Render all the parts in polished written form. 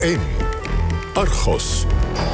1. Argos.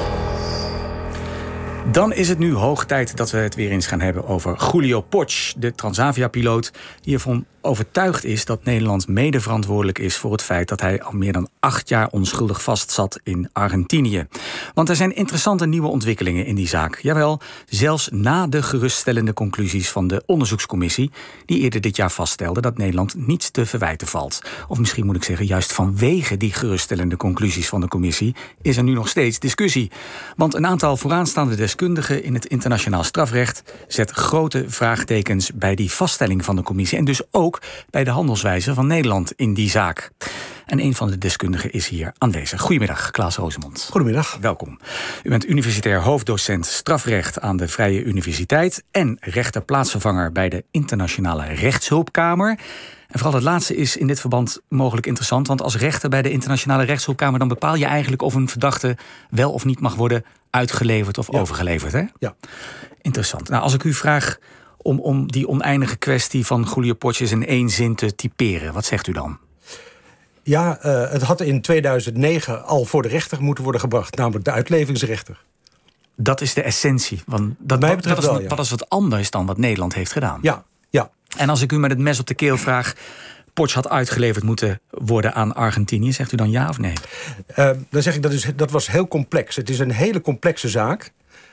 Dan is het nu hoog tijd dat we het weer eens gaan hebben over Julio Potsch, de Transavia-piloot die ervan overtuigd is dat Nederland mede verantwoordelijk is voor het feit dat hij al meer dan 8 jaar onschuldig vastzat in Argentinië. Want er zijn interessante nieuwe ontwikkelingen in die zaak. Jawel, zelfs na de geruststellende conclusies van de onderzoekscommissie die eerder dit jaar vaststelde dat Nederland niets te verwijten valt. Of misschien moet ik zeggen, juist vanwege die geruststellende conclusies van de commissie is er nu nog steeds discussie. Want een aantal vooraanstaande deskundigen in het internationaal strafrecht zet grote vraagtekens bij die vaststelling van de commissie en dus ook bij de handelswijze van Nederland in die zaak. En een van de deskundigen is hier aanwezig. Goedemiddag, Klaas Rosemond. Goedemiddag. Welkom. U bent universitair hoofddocent strafrecht aan de Vrije Universiteit en rechterplaatsvervanger bij de Internationale Rechtshulpkamer. En vooral het laatste is in dit verband mogelijk interessant, want als rechter bij de Internationale Rechtshulpkamer dan bepaal je eigenlijk of een verdachte wel of niet mag worden uitgeleverd of overgeleverd, hè? Ja. Interessant. Nou, als ik u vraag om die oneindige kwestie van Julio Potsch in 1 zin te typeren, wat zegt u dan? Ja, het had in 2009 al voor de rechter moeten worden gebracht, namelijk de uitlevingsrechter. Dat is de essentie. Want dat is wat anders dan wat Nederland heeft gedaan. Ja. En als ik u met het mes op de keel vraag, Potsch had uitgeleverd moeten worden aan Argentinië, zegt u dan ja of nee? Dan zeg ik, dat was heel complex. Het is een hele complexe zaak.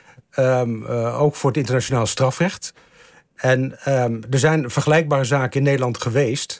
Ook voor het internationaal strafrecht. En er zijn vergelijkbare zaken in Nederland geweest.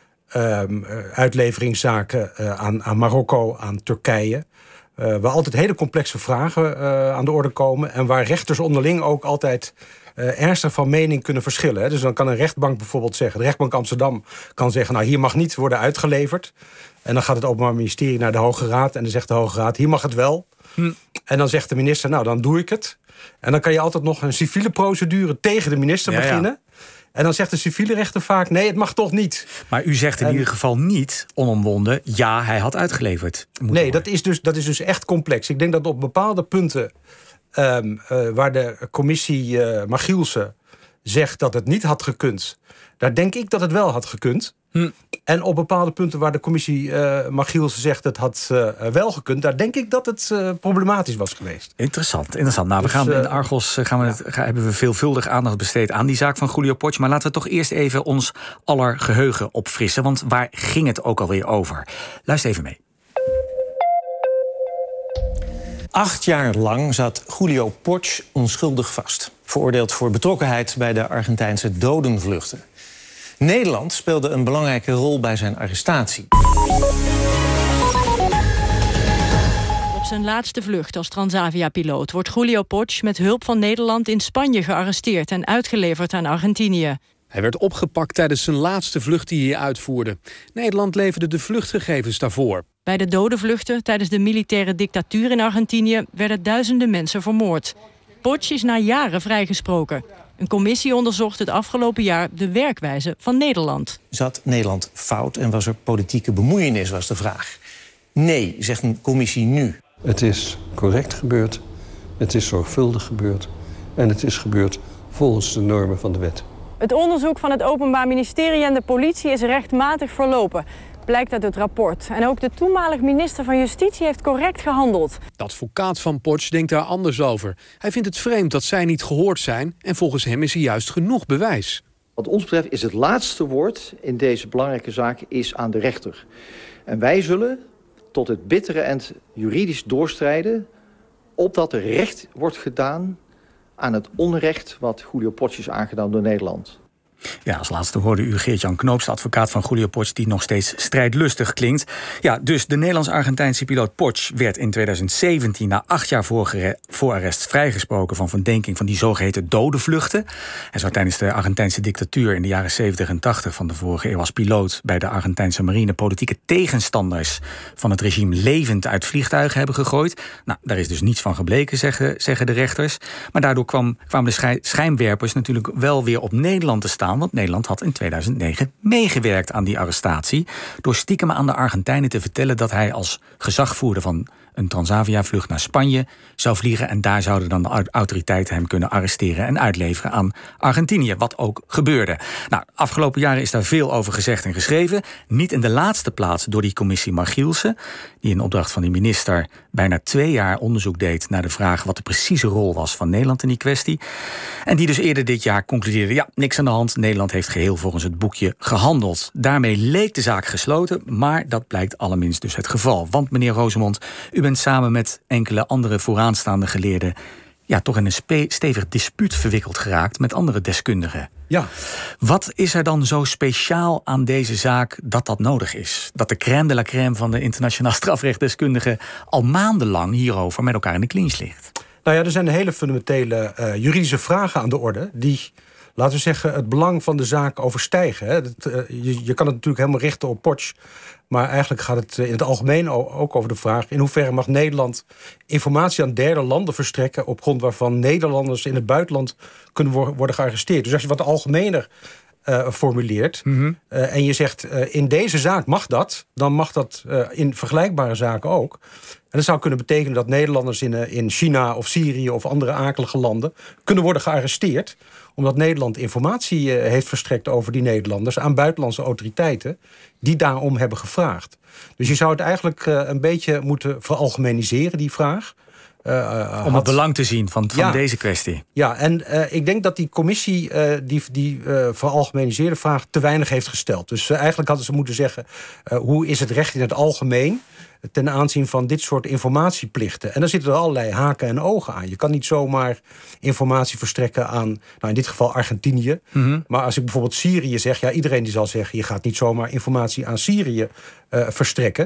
Uitleveringszaken aan Marokko, aan Turkije. Waar altijd hele complexe vragen aan de orde komen. En waar rechters onderling ook altijd ernstig van mening kunnen verschillen. Hè. Dus dan kan een rechtbank bijvoorbeeld zeggen, de rechtbank Amsterdam kan zeggen, nou hier mag niet worden uitgeleverd. En dan gaat het Openbaar Ministerie naar de Hoge Raad. En dan zegt de Hoge Raad, hier mag het wel. En dan zegt de minister, nou dan doe ik het. En dan kan je altijd nog een civiele procedure tegen de minister beginnen. En dan zegt de civiele rechter vaak, nee, het mag toch niet. Maar u zegt in ieder geval niet onomwonden, ja, hij had uitgeleverd. Nee, dat is dus echt complex. Ik denk dat op bepaalde punten waar de commissie Machielsen zegt dat het niet had gekund, daar denk ik dat het wel had gekund. En op bepaalde punten waar de commissie Machielsen zegt dat het had wel gekund, daar denk ik dat het problematisch was geweest. Interessant. Nou, we gaan in Argos hebben we veelvuldig aandacht besteed aan die zaak van Julio Potsch. Maar laten we toch eerst even ons aller geheugen opfrissen. Want waar ging het ook alweer over? Luister even mee. 8 jaar lang zat Julio Potsch onschuldig vast. Veroordeeld voor betrokkenheid bij de Argentijnse dodenvluchten. Nederland speelde een belangrijke rol bij zijn arrestatie. Op zijn laatste vlucht als Transavia-piloot wordt Julio Potsch met hulp van Nederland in Spanje gearresteerd en uitgeleverd aan Argentinië. Hij werd opgepakt tijdens zijn laatste vlucht die hij uitvoerde. Nederland leverde de vluchtgegevens daarvoor. Bij de dodenvluchten tijdens de militaire dictatuur in Argentinië werden duizenden mensen vermoord. Potsch is na jaren vrijgesproken. Een commissie onderzocht het afgelopen jaar de werkwijze van Nederland. Zat Nederland fout en was er politieke bemoeienis, was de vraag. Nee, zegt een commissie nu. Het is correct gebeurd, het is zorgvuldig gebeurd en het is gebeurd volgens de normen van de wet. Het onderzoek van het Openbaar Ministerie en de politie is rechtmatig verlopen, blijkt uit het rapport. En ook de toenmalig minister van Justitie heeft correct gehandeld. De advocaat van Potsch denkt daar anders over. Hij vindt het vreemd dat zij niet gehoord zijn en volgens hem is er juist genoeg bewijs. Wat ons betreft is het laatste woord in deze belangrijke zaak is aan de rechter. En wij zullen tot het bittere eind juridisch doorstrijden, opdat er recht wordt gedaan aan het onrecht wat Julio Potsch is aangedaan door Nederland. Ja, als laatste hoorde u Geert-Jan Knoops, de advocaat van Julio Potsch, die nog steeds strijdlustig klinkt. Ja, dus de Nederlands-Argentijnse piloot Potsch werd in 2017 na 8 jaar voorarrest vrijgesproken van verdenking van die zogeheten dodenvluchten. Hij zou tijdens de Argentijnse dictatuur in de jaren 70 en 80 van de vorige eeuw als piloot bij de Argentijnse marine politieke tegenstanders van het regime levend uit vliegtuigen hebben gegooid. Nou, daar is dus niets van gebleken, zeggen de rechters. Maar daardoor kwamen de schijnwerpers natuurlijk wel weer op Nederland te staan. aan, want Nederland had in 2009 meegewerkt aan die arrestatie door stiekem aan de Argentijnen te vertellen dat hij als gezagvoerder van een Transavia-vlucht naar Spanje zou vliegen en daar zouden dan de autoriteiten hem kunnen arresteren en uitleveren aan Argentinië, wat ook gebeurde. Nou, afgelopen jaren is daar veel over gezegd en geschreven. Niet in de laatste plaats door die commissie Margielsen, die in opdracht van die minister bijna 2 jaar onderzoek deed naar de vraag wat de precieze rol was van Nederland in die kwestie. En die dus eerder dit jaar concludeerde, ja, niks aan de hand. Nederland heeft geheel volgens het boekje gehandeld. Daarmee leek de zaak gesloten, maar dat blijkt allerminst dus het geval. Want meneer Rosemond, u bent samen met enkele andere vooraanstaande geleerden toch in een stevig dispuut verwikkeld geraakt met andere deskundigen. Ja. Wat is er dan zo speciaal aan deze zaak dat nodig is? Dat de crème de la crème van de internationaal strafrechtdeskundigen al maandenlang hierover met elkaar in de clinch ligt? Nou ja, er zijn hele fundamentele juridische vragen aan de orde die, laten we zeggen, het belang van de zaak overstijgen. Hè. Je kan het natuurlijk helemaal richten op Potsch, maar eigenlijk gaat het in het algemeen ook over de vraag in hoeverre mag Nederland informatie aan derde landen verstrekken op grond waarvan Nederlanders in het buitenland kunnen worden gearresteerd. Dus als je wat algemener formuleert en je zegt in deze zaak mag dat, dan mag dat in vergelijkbare zaken ook. En dat zou kunnen betekenen dat Nederlanders in China of Syrië of andere akelige landen kunnen worden gearresteerd omdat Nederland informatie heeft verstrekt over die Nederlanders aan buitenlandse autoriteiten die daarom hebben gevraagd. Dus je zou het eigenlijk een beetje moeten veralgemeniseren, die vraag. Om het belang te zien van deze kwestie. Ja, en ik denk dat die commissie die veralgemeniseerde vraag te weinig heeft gesteld. Dus eigenlijk hadden ze moeten zeggen, hoe is het recht in het algemeen ten aanzien van dit soort informatieplichten? En daar zitten er allerlei haken en ogen aan. Je kan niet zomaar informatie verstrekken aan, nou in dit geval Argentinië. Maar als ik bijvoorbeeld Syrië zeg, ja, iedereen die zal zeggen, je gaat niet zomaar informatie aan Syrië verstrekken.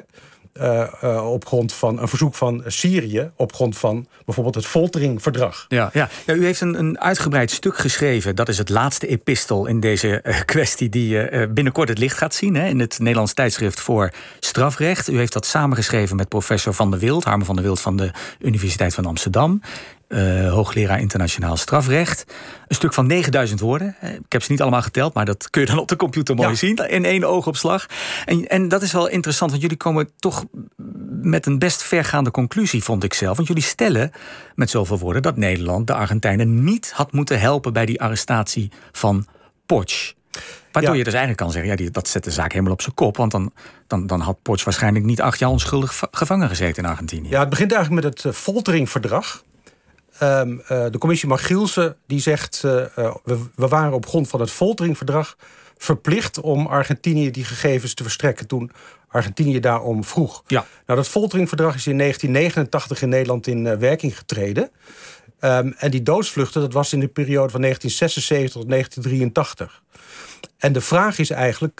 Op grond van een verzoek van Syrië, op grond van bijvoorbeeld het folteringverdrag. Ja, u heeft een uitgebreid stuk geschreven. Dat is het laatste epistel in deze kwestie die binnenkort het licht gaat zien, hè, in het Nederlands tijdschrift voor strafrecht. U heeft dat samengeschreven met professor Van der Wild, Harmen van der Wild van de Universiteit van Amsterdam. Hoogleraar internationaal strafrecht. Een stuk van 9000 woorden. Ik heb ze niet allemaal geteld, maar dat kun je dan op de computer mooi zien. In 1 oogopslag. En dat is wel interessant, want jullie komen toch met een best vergaande conclusie, vond ik zelf. Want jullie stellen met zoveel woorden dat Nederland de Argentijnen niet had moeten helpen bij die arrestatie van Potsch. Waardoor je dus eigenlijk kan zeggen, dat zet de zaak helemaal op zijn kop. Want dan had Potsch waarschijnlijk niet 8 jaar onschuldig gevangen gezeten in Argentinië. Ja, het begint eigenlijk met het folteringverdrag. De commissie Margielsen die zegt, we waren op grond van het folteringverdrag verplicht om Argentinië die gegevens te verstrekken toen Argentinië daarom vroeg. Ja. Nou, dat folteringverdrag is in 1989 in Nederland in werking getreden. En die doodsvluchten, dat was in de periode van 1976 tot 1983. En de vraag is eigenlijk,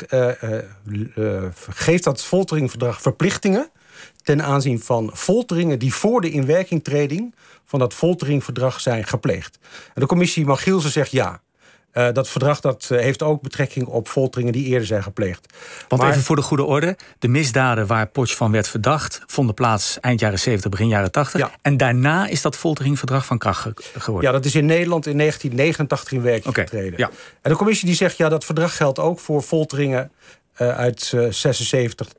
geeft dat folteringverdrag verplichtingen ten aanzien van folteringen die voor de inwerkingtreding van dat folteringverdrag zijn gepleegd? En de commissie Margielsen zegt ja. Dat verdrag heeft ook betrekking op folteringen die eerder zijn gepleegd. Want even voor de goede orde, de misdaden waar Potsch van werd verdacht vonden plaats eind jaren 70, begin jaren 80. Ja. En daarna is dat folteringverdrag van kracht geworden. Ja, dat is in Nederland in 1989 in werking getreden. Ja. En de commissie die zegt, ja, dat verdrag geldt ook voor folteringen uit 76,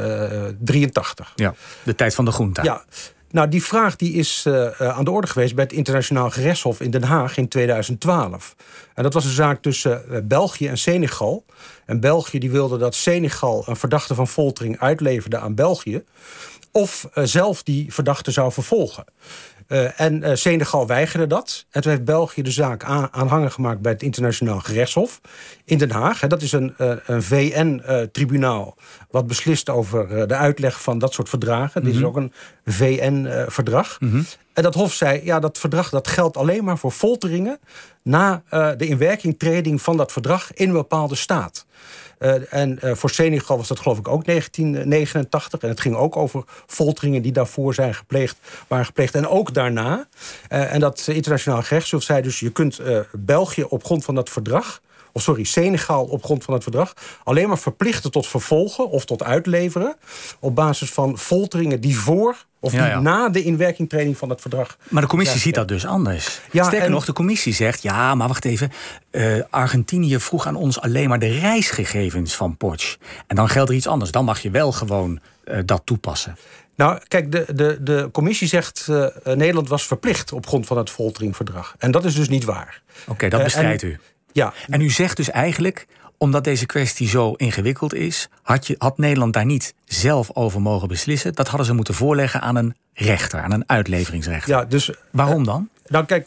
83. Ja, de tijd van de junta. Ja. Nou, die vraag die is aan de orde geweest bij het Internationaal Gerechtshof in Den Haag in 2012. En dat was een zaak tussen België en Senegal. En België die wilde dat Senegal een verdachte van foltering uitleverde aan België, of zelf die verdachte zou vervolgen. En Senegal weigerde dat. En toen heeft België de zaak aanhanger gemaakt bij het Internationaal Gerechtshof in Den Haag. Dat is een VN-tribunaal wat beslist over de uitleg van dat soort verdragen. Dit is ook een VN-verdrag. En dat hof zei, ja, dat verdrag dat geldt alleen maar voor folteringen na de inwerkingtreding van dat verdrag in een bepaalde staat. En voor Senegal was dat geloof ik ook 1989. En het ging ook over folteringen die daarvoor waren gepleegd. En ook daarna. En dat internationaal gerechtshof zei dus, je kunt België op grond van dat verdrag Senegal op grond van het verdrag alleen maar verplichten tot vervolgen of tot uitleveren op basis van folteringen die voor of die na de inwerkingtreding van het verdrag. Maar de commissie ziet dat dus anders. Sterker nog, de commissie zegt, ja, maar wacht even. Argentinië vroeg aan ons alleen maar de reisgegevens van Potsch. En dan geldt er iets anders. Dan mag je wel gewoon dat toepassen. Nou, kijk, de commissie zegt Nederland was verplicht op grond van het folteringverdrag. En dat is dus niet waar. Oké, dat bestrijdt u. Ja. En u zegt dus eigenlijk, omdat deze kwestie zo ingewikkeld is, had Nederland daar niet zelf over mogen beslissen. Dat hadden ze moeten voorleggen aan een rechter, aan een uitleveringsrechter. Ja, dus waarom dan? Nou kijk,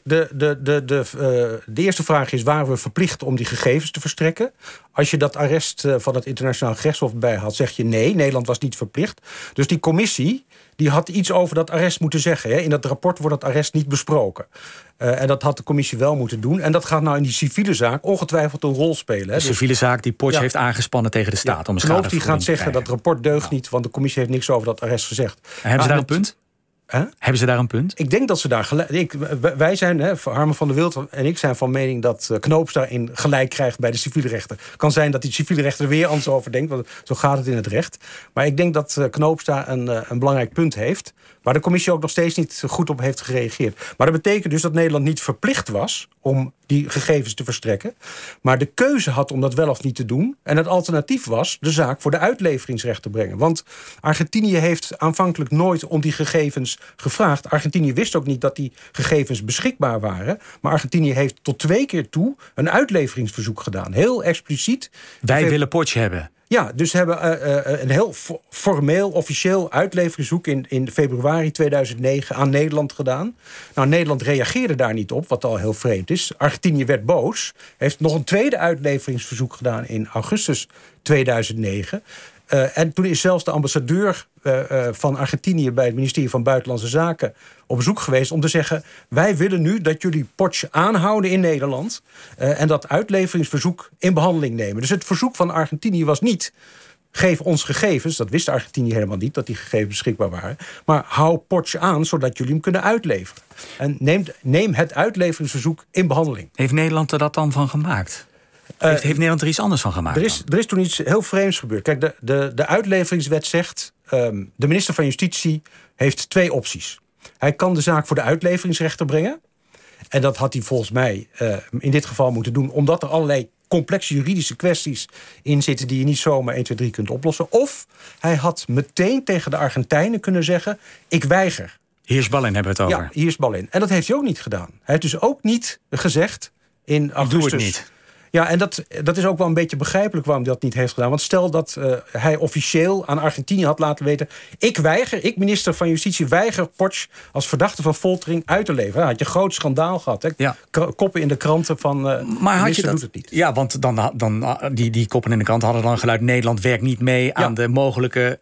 de eerste vraag is, waren we verplicht om die gegevens te verstrekken? Als je dat arrest van het Internationaal Gerechtshof bij had, zeg je nee, Nederland was niet verplicht. Dus die commissie die had iets over dat arrest moeten zeggen. Hè. In dat rapport wordt dat arrest niet besproken. En dat had de commissie wel moeten doen. En dat gaat nou in die civiele zaak ongetwijfeld een rol spelen. Hè. De civiele zaak die Potsch heeft aangespannen tegen de staat om een schadevergoeding schadevergoeding die gaat zeggen dat rapport deugt niet, want de commissie heeft niks over dat arrest gezegd. En hebben ze daar een punt? Hebben ze daar een punt? Ik denk dat ze daar gelijk. Wij zijn, Harmen van der Wild en ik zijn van mening dat Knoops daarin gelijk krijgt bij de civiele rechter. Kan zijn dat die civiele rechter er weer anders over denkt, want zo gaat het in het recht. Maar ik denk dat Knoops daar een belangrijk punt heeft, waar de commissie ook nog steeds niet goed op heeft gereageerd. Maar dat betekent dus dat Nederland niet verplicht was om die gegevens te verstrekken, maar de keuze had om dat wel of niet te doen. En het alternatief was de zaak voor de uitleveringsrechter brengen. Want Argentinië heeft aanvankelijk nooit om die gegevens gevraagd. Argentinië wist ook niet dat die gegevens beschikbaar waren. Maar Argentinië heeft tot 2 keer toe een uitleveringsverzoek gedaan. Heel expliciet. Wij willen Potsch hebben. Ja, dus ze hebben een heel formeel, officieel uitleveringsverzoek in februari 2009 aan Nederland gedaan. Nou, Nederland reageerde daar niet op, wat al heel vreemd is. Argentinië werd boos. Heeft nog een tweede uitleveringsverzoek gedaan in augustus 2009. En toen is zelfs de ambassadeur van Argentinië bij het ministerie van Buitenlandse Zaken op bezoek geweest om te zeggen, wij willen nu dat jullie Potsch aanhouden in Nederland en dat uitleveringsverzoek in behandeling nemen. Dus het verzoek van Argentinië was niet, geef ons gegevens, dat wist Argentinië helemaal niet, dat die gegevens beschikbaar waren, maar hou Potsch aan, zodat jullie hem kunnen uitleveren. En neem het uitleveringsverzoek in behandeling. Heeft Nederland er dat dan van gemaakt? Heeft Nederland er iets anders van gemaakt? Er is toen iets heel vreemds gebeurd. Kijk, de uitleveringswet zegt, de minister van Justitie heeft 2 opties. Hij kan de zaak voor de uitleveringsrechter brengen. En dat had hij volgens mij in dit geval moeten doen, omdat er allerlei complexe juridische kwesties in zitten die je niet zomaar 1, 2, 3 kunt oplossen. Of hij had meteen tegen de Argentijnen kunnen zeggen, ik weiger. Hirschballin hebben we het over. Ja, Hirschballin. En dat heeft hij ook niet gedaan. Hij heeft dus ook niet gezegd in augustus. Ik doe het niet. Ja, en dat is ook wel een beetje begrijpelijk waarom hij dat niet heeft gedaan. Want stel dat hij officieel aan Argentinië had laten weten, ik minister van Justitie, weiger Potsch als verdachte van foltering uit te leveren. Dan had je een groot schandaal gehad. Hè? Ja. Koppen in de kranten van maar had je dat, doet het niet. Ja, want dan die koppen in de krant hadden dan geluid, Nederland werkt niet mee aan de mogelijke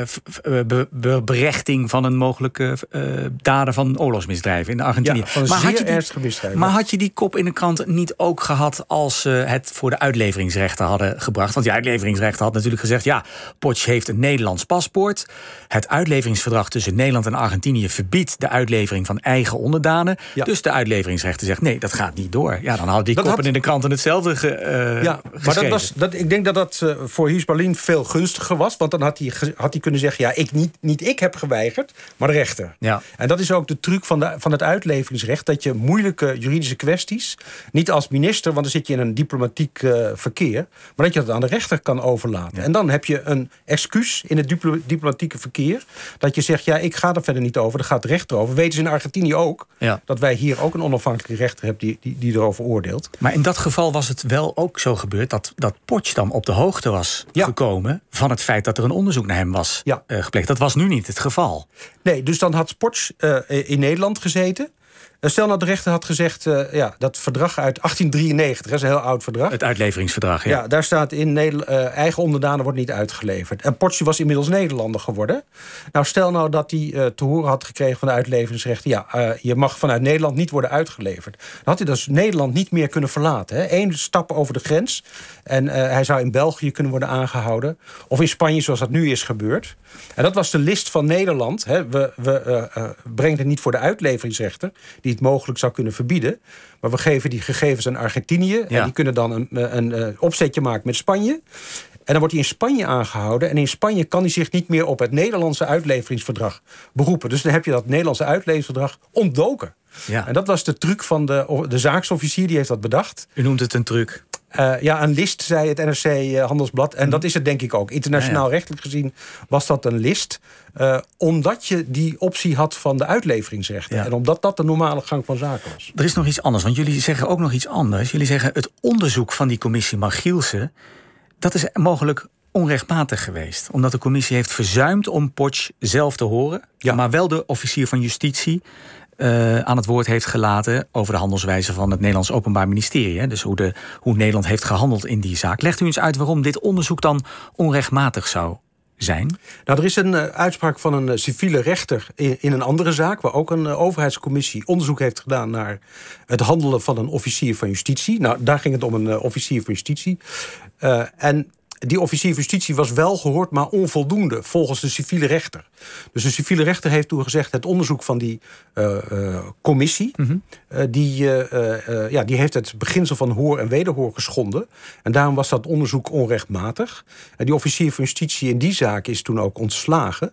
berechting van een mogelijke daden van oorlogsmisdrijven in Argentinië. Ja, van een zeer ernstige misdrijven. Maar had je die kop in de krant niet ook gehad als het voor de uitleveringsrechter hadden gebracht? Want die uitleveringsrechter had natuurlijk gezegd, ja, Potsch heeft een Nederlands paspoort. Het uitleveringsverdrag tussen Nederland en Argentinië verbiedt de uitlevering van eigen onderdanen. Ja. Dus de uitleveringsrechter zegt, nee, dat gaat niet door. Ja, dan hadden die koppen in de kranten hetzelfde maar ik denk dat voor Hirschballin veel gunstiger was. Want dan had hij kunnen zeggen, ja, niet ik heb geweigerd, maar de rechter. Ja. En dat is ook de truc van het uitleveringsrecht, dat je moeilijke juridische kwesties niet als minister, want dan zit je in een diplomatiek verkeer, maar dat je dat aan de rechter kan overlaten. Ja. En dan heb je een excuus in het diplomatieke verkeer, dat je zegt, ja, ik ga er verder niet over, daar gaat de rechter over. Weten ze in Argentinië ook, dat wij hier ook een onafhankelijke rechter hebben die erover oordeelt. Maar in dat geval was het wel ook zo gebeurd dat Potsch dan op de hoogte was gekomen van het feit dat er een onderzoek naar hem was gepleegd. Dat was nu niet het geval. Nee, dus dan had Potsch in Nederland gezeten. Stel nou de rechter had gezegd, dat verdrag uit 1893, dat is een heel oud verdrag. Het uitleveringsverdrag, ja. Ja, daar staat in, eigen onderdanen wordt niet uitgeleverd. En Potsch was inmiddels Nederlander geworden. Nou, stel nou dat hij te horen had gekregen van de uitleveringsrechter, je mag vanuit Nederland niet worden uitgeleverd. Dan had hij dus Nederland niet meer kunnen verlaten. Hè. 1 stap over de grens. En hij zou in België kunnen worden aangehouden. Of in Spanje, zoals dat nu is gebeurd. En dat was de list van Nederland. Hè. We brengen het niet voor de uitleveringsrechter, die niet mogelijk zou kunnen verbieden. Maar we geven die gegevens aan Argentinië. En die kunnen dan een opzetje maken met Spanje. En dan wordt hij in Spanje aangehouden. En in Spanje kan hij zich niet meer op het Nederlandse uitleveringsverdrag beroepen. Dus dan heb je dat Nederlandse uitleveringsverdrag ontdoken. Ja. En dat was de truc van de zaaksofficier, die heeft dat bedacht. U noemt het een truc. Een list, zei het NRC Handelsblad. En dat is het denk ik ook. Internationaal rechtelijk gezien was dat een list. Omdat je die optie had van de uitleveringsrechten. Ja. En omdat dat de normale gang van zaken was. Er is nog iets anders, want jullie zeggen ook nog iets anders. Jullie zeggen het onderzoek van die commissie Margielsen, dat is mogelijk onrechtmatig geweest. Omdat de commissie heeft verzuimd om Potsch zelf te horen. Ja. Maar wel de officier van justitie aan het woord heeft gelaten over de handelswijze van het Nederlands Openbaar Ministerie. Hè? Dus hoe Nederland heeft gehandeld in die zaak. Legt u eens uit waarom dit onderzoek dan onrechtmatig zou zijn? Nou, er is een uitspraak van een civiele rechter in een andere zaak, waar ook een overheidscommissie onderzoek heeft gedaan naar het handelen van een officier van justitie. Nou, daar ging het om een officier van justitie. En die officier van justitie was wel gehoord, maar onvoldoende volgens de civiele rechter. Dus de civiele rechter heeft toen gezegd, het onderzoek van die commissie, die heeft het beginsel van hoor en wederhoor geschonden. En daarom was dat onderzoek onrechtmatig. En die officier van justitie in die zaak is toen ook ontslagen.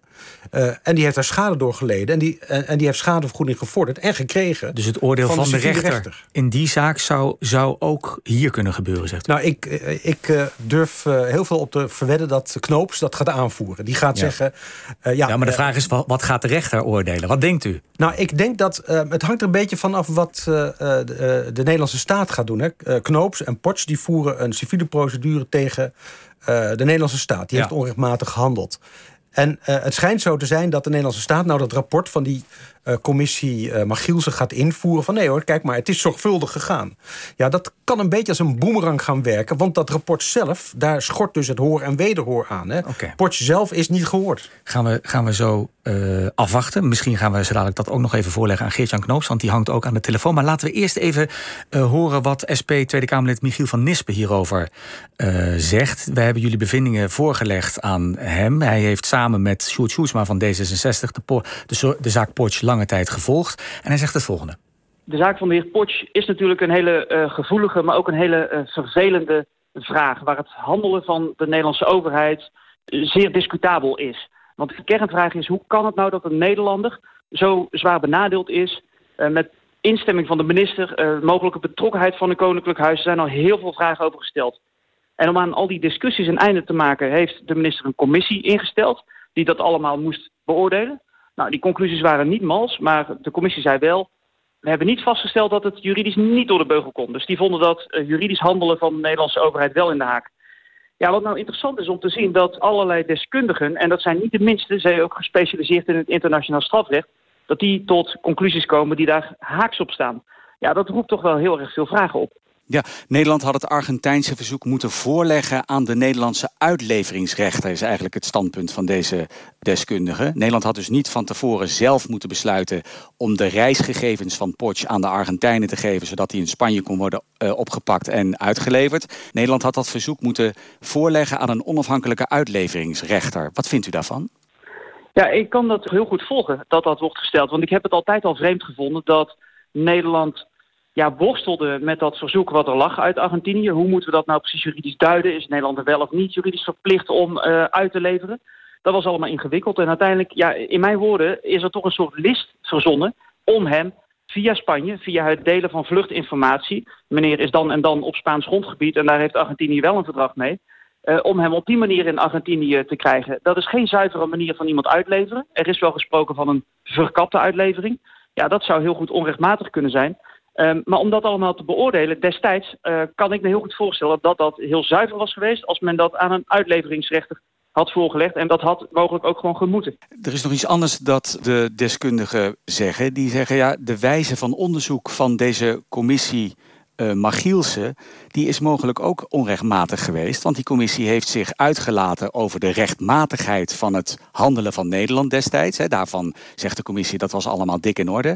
En die heeft daar schade door geleden. En die heeft schadevergoeding gevorderd en gekregen. Dus het oordeel van de rechter in die zaak zou ook hier kunnen gebeuren, zegt u? Nou, ik durf heel veel op te verwedden dat Knoops dat gaat aanvoeren. Die gaat zeggen... maar de vraag is, wat gaat de rechter oordelen? Wat denkt u? Nou, ik denk dat het hangt er een beetje vanaf wat de Nederlandse staat gaat doen. Hè. Knoops en Potsch die voeren een civiele procedure tegen de Nederlandse staat. Die heeft onrechtmatig gehandeld. En het schijnt zo te zijn dat de Nederlandse staat nou dat rapport van die commissie Margielsen gaat invoeren. Van nee hoor, kijk maar, het is zorgvuldig gegaan. Ja, dat kan een beetje als een boemerang gaan werken. Want dat rapport zelf, daar schort dus het hoor en wederhoor aan. Hè. Potsch zelf is niet gehoord. Gaan we zo afwachten. Misschien gaan we zo dadelijk dat ook nog even voorleggen aan Geert-Jan Knoops. Want die hangt ook aan de telefoon. Maar laten we eerst even horen wat SP Tweede Kamerlid Michiel van Nispen hierover zegt. Wij hebben jullie bevindingen voorgelegd aan hem. Hij heeft samen met Sjoerd Sjoerdsma van D66 de zaak Potsch lange tijd gevolgd. En hij zegt het volgende. De zaak van de heer Potsch is natuurlijk een hele gevoelige, maar ook een hele vervelende vraag. Waar het handelen van de Nederlandse overheid zeer discutabel is. Want de kernvraag is, hoe kan het nou dat een Nederlander zo zwaar benadeeld is met instemming van de minister, mogelijke betrokkenheid van een koninklijk huis. Er zijn al heel veel vragen over gesteld. En om aan al die discussies een einde te maken, heeft de minister een commissie ingesteld die dat allemaal moest beoordelen. Nou, die conclusies waren niet mals, maar de commissie zei wel, we hebben niet vastgesteld dat het juridisch niet door de beugel kon. Dus die vonden dat juridisch handelen van de Nederlandse overheid wel in de haak. Ja, wat nou interessant is om te zien dat allerlei deskundigen, en dat zijn niet de minste, zij ook gespecialiseerd in het internationaal strafrecht, dat die tot conclusies komen die daar haaks op staan. Ja, dat roept toch wel heel erg veel vragen op. Ja, Nederland had het Argentijnse verzoek moeten voorleggen aan de Nederlandse uitleveringsrechter, is eigenlijk het standpunt van deze deskundigen. Nederland had dus niet van tevoren zelf moeten besluiten om de reisgegevens van Potsch aan de Argentijnen te geven, zodat die in Spanje kon worden opgepakt en uitgeleverd. Nederland had dat verzoek moeten voorleggen aan een onafhankelijke uitleveringsrechter. Wat vindt u daarvan? Ja, ik kan dat heel goed volgen, dat wordt gesteld. Want ik heb het altijd al vreemd gevonden dat Nederland worstelde met dat verzoek wat er lag uit Argentinië. Hoe moeten we dat nou precies juridisch duiden? Is Nederland er wel of niet juridisch verplicht om uit te leveren? Dat was allemaal ingewikkeld. En uiteindelijk, in mijn woorden, is er toch een soort list verzonnen om hem via Spanje, via het delen van vluchtinformatie. Meneer is dan en dan op Spaans grondgebied en daar heeft Argentinië wel een verdrag mee. Om hem op die manier in Argentinië te krijgen. Dat is geen zuivere manier van iemand uitleveren. Er is wel gesproken van een verkapte uitlevering. Ja, dat zou heel goed onrechtmatig kunnen zijn. Maar om dat allemaal te beoordelen, destijds kan ik me heel goed voorstellen dat dat heel zuiver was geweest als men dat aan een uitleveringsrechter had voorgelegd. En dat had mogelijk ook gewoon gemoeten. Er is nog iets anders dat de deskundigen zeggen. Die zeggen, de wijze van onderzoek van deze commissie Margielsen, die is mogelijk ook onrechtmatig geweest. Want die commissie heeft zich uitgelaten over de rechtmatigheid van het handelen van Nederland destijds. Daarvan zegt de commissie, dat was allemaal dik in orde.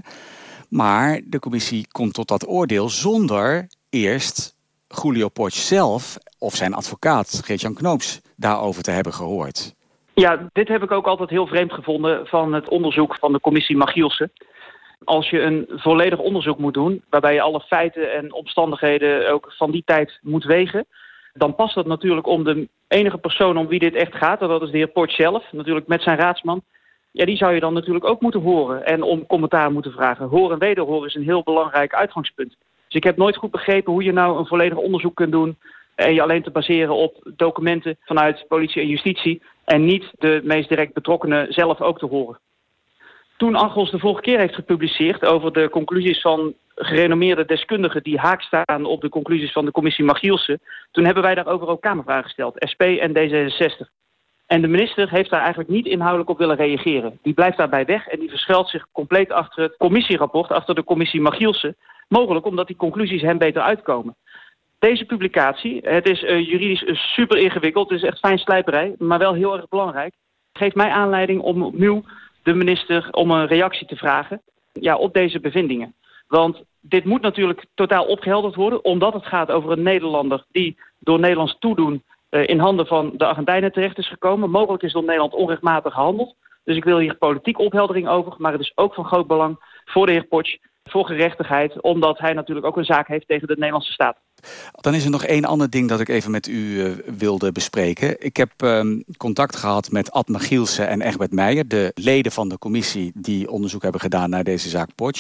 Maar de commissie komt tot dat oordeel zonder eerst Julio Potsch zelf of zijn advocaat Geert-Jan Knoops daarover te hebben gehoord. Ja, dit heb ik ook altijd heel vreemd gevonden van het onderzoek van de commissie Margielsen. Als je een volledig onderzoek moet doen, waarbij je alle feiten en omstandigheden ook van die tijd moet wegen, dan past het natuurlijk om de enige persoon om wie dit echt gaat, en dat is de heer Potsch zelf, natuurlijk met zijn raadsman. Ja, die zou je dan natuurlijk ook moeten horen en om commentaar moeten vragen. Horen en wederhoren is een heel belangrijk uitgangspunt. Dus ik heb nooit goed begrepen hoe je nou een volledig onderzoek kunt doen en je alleen te baseren op documenten vanuit politie en justitie en niet de meest direct betrokkenen zelf ook te horen. Toen Argos de vorige keer heeft gepubliceerd over de conclusies van gerenommeerde deskundigen die haak staan op de conclusies van de commissie Magielsen, toen hebben wij daarover ook Kamervragen gesteld, SP en D66. En de minister heeft daar eigenlijk niet inhoudelijk op willen reageren. Die blijft daarbij weg en die verschuilt zich compleet achter het commissierapport, achter de commissie Magielsen. Mogelijk omdat die conclusies hem beter uitkomen. Deze publicatie, het is juridisch super ingewikkeld, het is echt fijnslijperij, maar wel heel erg belangrijk, geeft mij aanleiding om opnieuw de minister om een reactie te vragen op deze bevindingen. Want dit moet natuurlijk totaal opgehelderd worden, omdat het gaat over een Nederlander die door Nederlands toedoen in handen van de Argentijnen terecht is gekomen. Mogelijk is door Nederland onrechtmatig gehandeld. Dus ik wil hier politieke opheldering over, maar het is ook van groot belang voor de heer Potsch, voor gerechtigheid, omdat hij natuurlijk ook een zaak heeft tegen de Nederlandse staat. Dan is er nog één ander ding dat ik even met u wilde bespreken. Ik heb contact gehad met Ad Magielsen en Egbert Meijer, de leden van de commissie die onderzoek hebben gedaan naar deze zaak Potsch.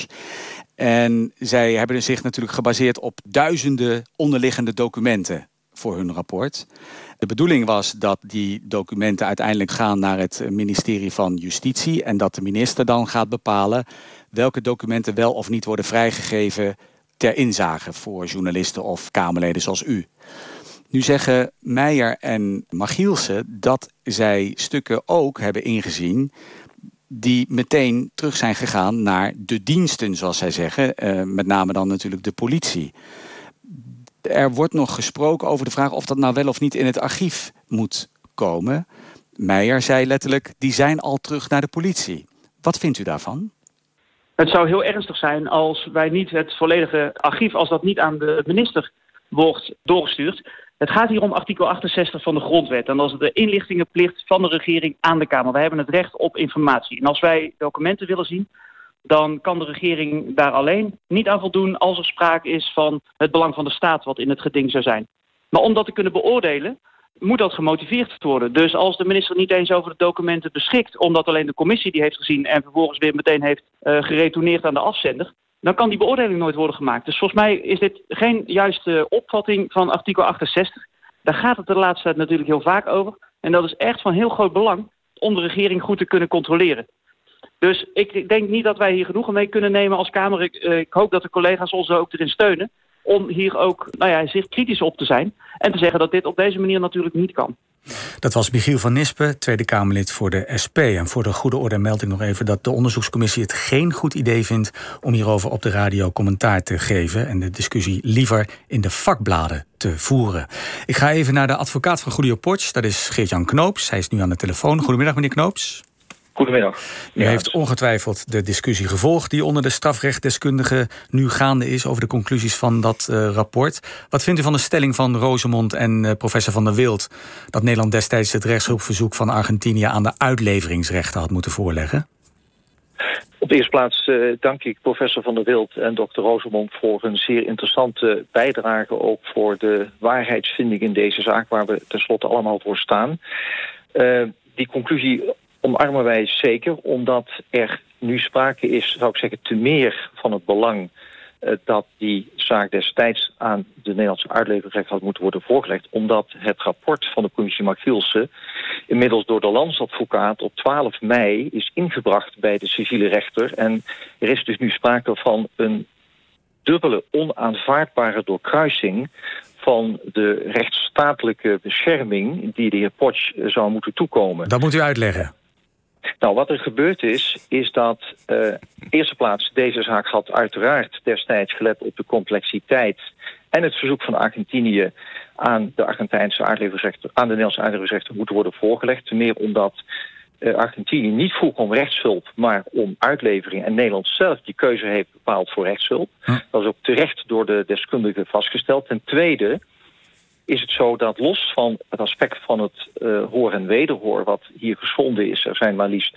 En zij hebben zich natuurlijk gebaseerd op duizenden onderliggende documenten voor hun rapport. De bedoeling was dat die documenten uiteindelijk gaan naar het ministerie van Justitie en dat de minister dan gaat bepalen welke documenten wel of niet worden vrijgegeven ter inzage voor journalisten of Kamerleden zoals u. Nu zeggen Meijer en Magielsen dat zij stukken ook hebben ingezien die meteen terug zijn gegaan naar de diensten, zoals zij zeggen, met name dan natuurlijk de politie. Er wordt nog gesproken over de vraag of dat nou wel of niet in het archief moet komen. Meijer zei letterlijk, die zijn al terug naar de politie. Wat vindt u daarvan? Het zou heel ernstig zijn als wij niet het volledige archief, als dat niet aan de minister wordt doorgestuurd. Het gaat hier om artikel 68 van de grondwet. En dat is de inlichtingenplicht van de regering aan de Kamer. Wij hebben het recht op informatie. En als wij documenten willen zien, dan kan de regering daar alleen niet aan voldoen als er sprake is van het belang van de staat wat in het geding zou zijn. Maar om dat te kunnen beoordelen, moet dat gemotiveerd worden. Dus als de minister niet eens over de documenten beschikt, omdat alleen de commissie die heeft gezien en vervolgens weer meteen heeft geretourneerd aan de afzender, dan kan die beoordeling nooit worden gemaakt. Dus volgens mij is dit geen juiste opvatting van artikel 68. Daar gaat het de laatste tijd natuurlijk heel vaak over. En dat is echt van heel groot belang om de regering goed te kunnen controleren. Dus ik denk niet dat wij hier genoegen mee kunnen nemen als Kamer. Ik hoop dat de collega's ons ook erin steunen om hier ook zeer kritisch op te zijn en te zeggen dat dit op deze manier natuurlijk niet kan. Dat was Michiel van Nispen, Tweede Kamerlid voor de SP. En voor de goede orde meld ik nog even dat de onderzoekscommissie het geen goed idee vindt om hierover op de radio commentaar te geven en de discussie liever in de vakbladen te voeren. Ik ga even naar de advocaat van Julio Potsch, dat is Geert-Jan Knoops. Hij is nu aan de telefoon. Goedemiddag, meneer Knoops. Goedemiddag. U heeft ongetwijfeld de discussie gevolgd die onder de strafrechtdeskundigen nu gaande is over de conclusies van dat rapport. Wat vindt u van de stelling van Rosemond en professor Van der Wild dat Nederland destijds het rechtshulpverzoek van Argentinië aan de uitleveringsrechten had moeten voorleggen? Op de eerste plaats dank ik professor Van der Wild en dokter Rosemond voor een zeer interessante bijdrage ook voor de waarheidsvinding in deze zaak waar we tenslotte allemaal voor staan. Die conclusie omarmen wij zeker, omdat er nu sprake is, zou ik zeggen, te meer van het belang dat die zaak destijds aan de Nederlandse uitleveringsrecht had moeten worden voorgelegd, omdat het rapport van de commissie Magielsen inmiddels door de landsadvocaat op 12 mei is ingebracht bij de civiele rechter. En er is dus nu sprake van een dubbele onaanvaardbare doorkruising van de rechtsstatelijke bescherming die de heer Potsch zou moeten toekomen. Dat moet u uitleggen. Nou, wat er gebeurd is dat in eerste plaats deze zaak had uiteraard destijds gelet op de complexiteit en het verzoek van Argentinië aan de Argentijnse uitleveringsrechter, aan de Nederlandse uitleveringsrechter moeten worden voorgelegd. Ten meer omdat Argentinië niet vroeg om rechtshulp, maar om uitlevering. En Nederland zelf die keuze heeft bepaald voor rechtshulp. Dat is ook terecht door de deskundigen vastgesteld. Ten tweede is het zo dat los van het aspect van het hoor en wederhoor wat hier geschonden is, er zijn maar liefst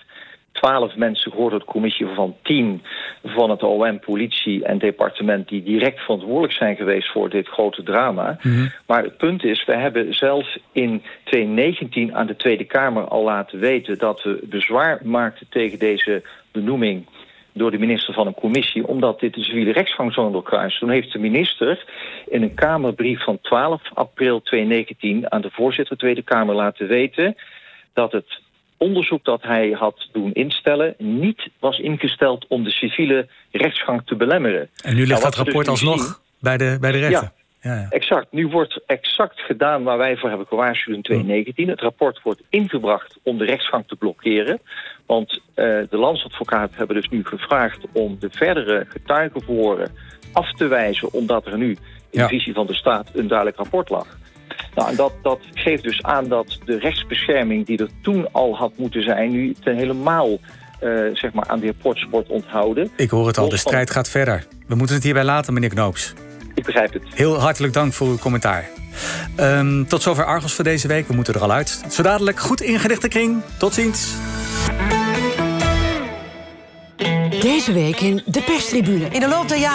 12 mensen gehoord door de commissie van 10 van het OM, politie en departement die direct verantwoordelijk zijn geweest voor dit grote drama. Mm-hmm. Maar het punt is, we hebben zelf in 2019 aan de Tweede Kamer al laten weten dat we bezwaar maakten tegen deze benoeming door de minister van een commissie, omdat dit de civiele rechtsgang zou doorkruisen. Toen heeft de minister in een Kamerbrief van 12 april 2019 aan de voorzitter de Tweede Kamer laten weten dat het onderzoek dat hij had doen instellen niet was ingesteld om de civiele rechtsgang te belemmeren. En nu ligt dat rapport dus alsnog bij de rechter. Ja, exact. Nu wordt exact gedaan waar wij voor hebben gewaarschuwd in 2019. Het rapport wordt ingebracht om de rechtsgang te blokkeren. Want de landsadvocaten hebben dus nu gevraagd om de verdere getuigenverhoren af te wijzen, omdat er nu in de visie van de staat een duidelijk rapport lag. Nou, en dat geeft dus aan dat de rechtsbescherming die er toen al had moeten zijn, nu ten helemaal aan de heer Potsch wordt onthouden. Ik hoor het al, de strijd gaat verder. We moeten het hierbij laten, meneer Knoops. Ik begrijp het. Heel hartelijk dank voor uw commentaar. Tot zover Argos voor deze week. We moeten er al uit. Zo dadelijk goed ingerichte kring. Tot ziens. Deze week in de perstribune. In de loop der jaren